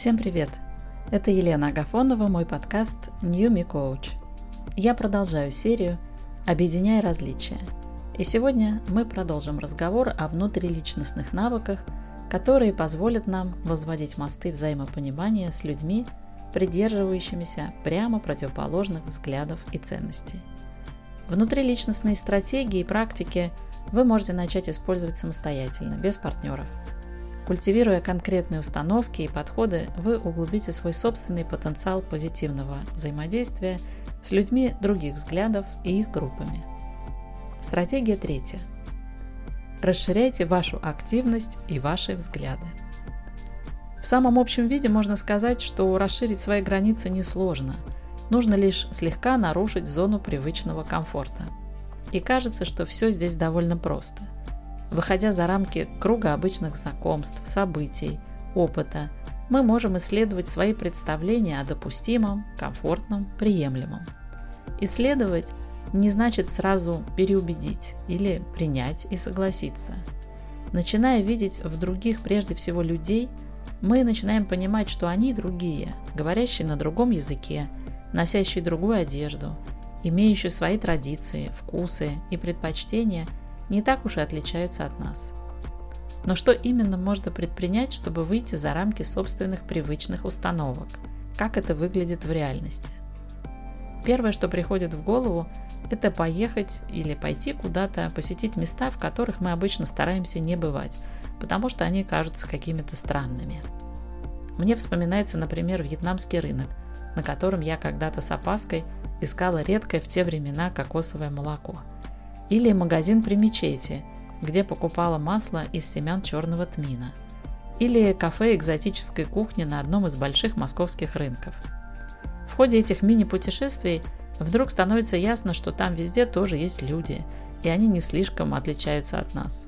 Всем привет! Это Елена Агафонова, мой подкаст New Me Coach. Я продолжаю серию «Объединяй различия». И сегодня мы продолжим разговор о внутриличностных навыках, которые позволят нам возводить мосты взаимопонимания с людьми, придерживающимися прямо противоположных взглядов и ценностей. Внутриличностные стратегии и практики вы можете начать использовать самостоятельно, без партнеров. Культивируя конкретные установки и подходы, вы углубите свой собственный потенциал позитивного взаимодействия с людьми других взглядов и их группами. Стратегия третья. Расширяйте вашу активность и ваши взгляды. В самом общем виде можно сказать, что расширить свои границы несложно. Нужно лишь слегка нарушить зону привычного комфорта. И кажется, что все здесь довольно просто. Выходя за рамки круга обычных знакомств, событий, опыта, мы можем исследовать свои представления о допустимом, комфортном, приемлемом. Исследовать не значит сразу переубедить или принять и согласиться. Начиная видеть в других прежде всего людей, мы начинаем понимать, что они другие, говорящие на другом языке, носящие другую одежду, имеющие свои традиции, вкусы и предпочтения – не так уж и отличаются от нас. Но что именно можно предпринять, чтобы выйти за рамки собственных привычных установок? Как это выглядит в реальности? Первое, что приходит в голову, это поехать или пойти куда-то, посетить места, в которых мы обычно стараемся не бывать, потому что они кажутся какими-то странными. Мне вспоминается, например, вьетнамский рынок, на котором я когда-то с опаской искала редкое в те времена кокосовое молоко. Или магазин при мечети, где покупала масло из семян черного тмина. Или кафе экзотической кухни на одном из больших московских рынков. В ходе этих мини-путешествий вдруг становится ясно, что там везде тоже есть люди, и они не слишком отличаются от нас.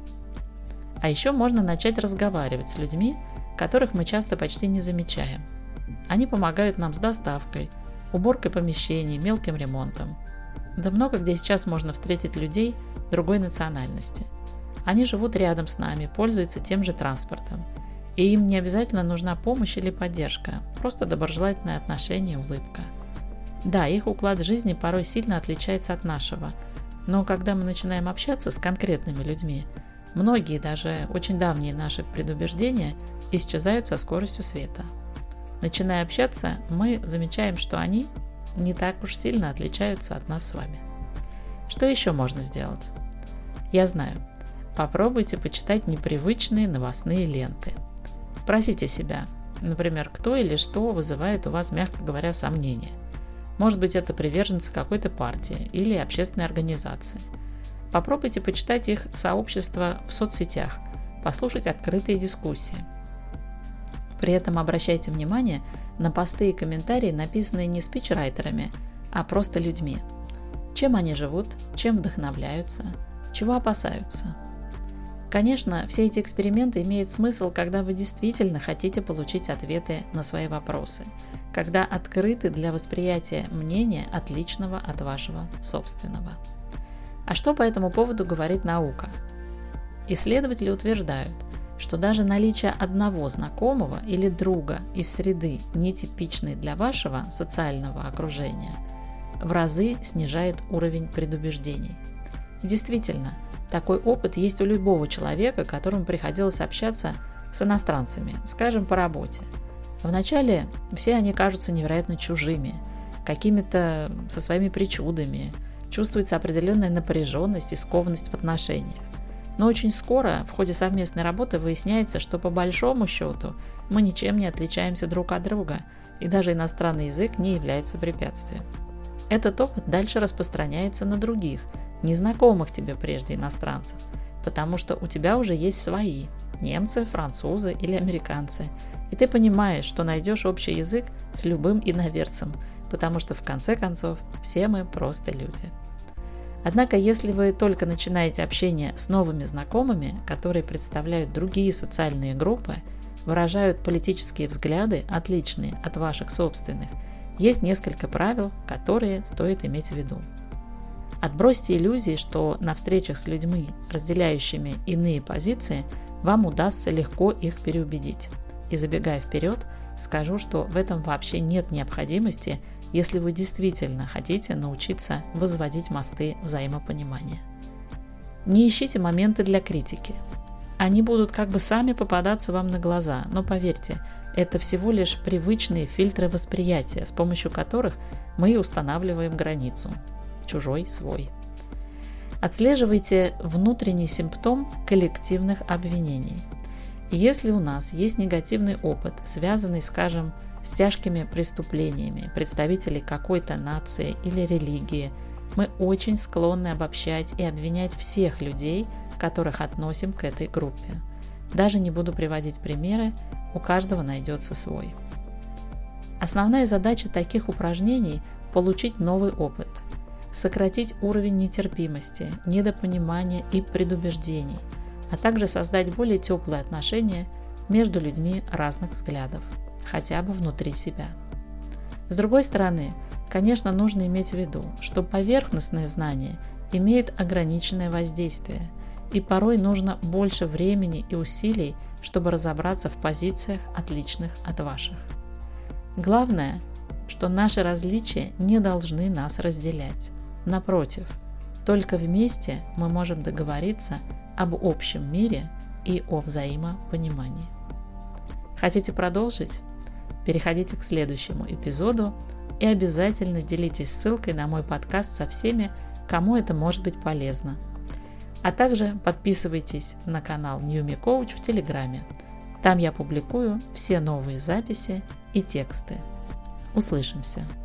А еще можно начать разговаривать с людьми, которых мы часто почти не замечаем. Они помогают нам с доставкой, уборкой помещений, мелким ремонтом. Да много где сейчас можно встретить людей другой национальности. Они живут рядом с нами, пользуются тем же транспортом. И им не обязательно нужна помощь или поддержка, просто доброжелательное отношение, улыбка. Да, их уклад жизни порой сильно отличается от нашего, но когда мы начинаем общаться с конкретными людьми, многие, даже очень давние наши предубеждения исчезают со скоростью света. Начиная общаться, мы замечаем, что они не так уж сильно отличаются от нас с вами. Что еще можно сделать? Я знаю. Попробуйте почитать непривычные новостные ленты. Спросите себя, например, кто или что вызывает у вас, мягко говоря, сомнения. Может быть, это приверженцы какой-то партии или общественной организации. Попробуйте почитать их сообщества в соцсетях, послушать открытые дискуссии. При этом обращайте внимание на посты и комментарии, написанные не спичрайтерами, а просто людьми. Чем они живут, чем вдохновляются, чего опасаются. Конечно, все эти эксперименты имеют смысл, когда вы действительно хотите получить ответы на свои вопросы, когда открыты для восприятия мнения, отличного от вашего собственного. А что по этому поводу говорит наука? Исследователи утверждают, что даже наличие одного знакомого или друга из среды, нетипичной для вашего социального окружения, в разы снижает уровень предубеждений. И действительно, такой опыт есть у любого человека, которому приходилось общаться с иностранцами, скажем, по работе. Вначале все они кажутся невероятно чужими, какими-то со своими причудами, чувствуется определенная напряженность и скованность в отношениях. Но очень скоро в ходе совместной работы выясняется, что по большому счету мы ничем не отличаемся друг от друга, и даже иностранный язык не является препятствием. Этот опыт дальше распространяется на других, незнакомых тебе прежде иностранцев, потому что у тебя уже есть свои – немцы, французы или американцы, и ты понимаешь, что найдешь общий язык с любым иноверцем, потому что в конце концов все мы просто люди. Однако, если вы только начинаете общение с новыми знакомыми, которые представляют другие социальные группы, выражают политические взгляды, отличные от ваших собственных, есть несколько правил, которые стоит иметь в виду. Отбросьте иллюзии, что на встречах с людьми, разделяющими иные позиции, вам удастся легко их переубедить. И забегая вперед, скажу, что в этом вообще нет необходимости, если вы действительно хотите научиться возводить мосты взаимопонимания. Не ищите моменты для критики. Они будут как бы сами попадаться вам на глаза, но поверьте, это всего лишь привычные фильтры восприятия, с помощью которых мы устанавливаем границу – чужой, свой. Отслеживайте внутренний симптом коллективных обвинений. Если у нас есть негативный опыт, связанный, скажем, с тяжкими преступлениями представителей какой-то нации или религии, мы очень склонны обобщать и обвинять всех людей, которых относим к этой группе. Даже не буду приводить примеры, у каждого найдется свой. Основная задача таких упражнений – получить новый опыт, сократить уровень нетерпимости, недопонимания и предубеждений, а также создать более теплые отношения между людьми разных взглядов, хотя бы внутри себя. С другой стороны, конечно, нужно иметь в виду, что поверхностное знание имеет ограниченное воздействие, и порой нужно больше времени и усилий, чтобы разобраться в позициях, отличных от ваших. Главное, что наши различия не должны нас разделять. Напротив, только вместе мы можем договориться об общем мире и о взаимопонимании. Хотите продолжить? Переходите к следующему эпизоду и обязательно делитесь ссылкой на мой подкаст со всеми, кому это может быть полезно. А также подписывайтесь на канал New Me Coach в Телеграме. Там я публикую все новые записи и тексты. Услышимся!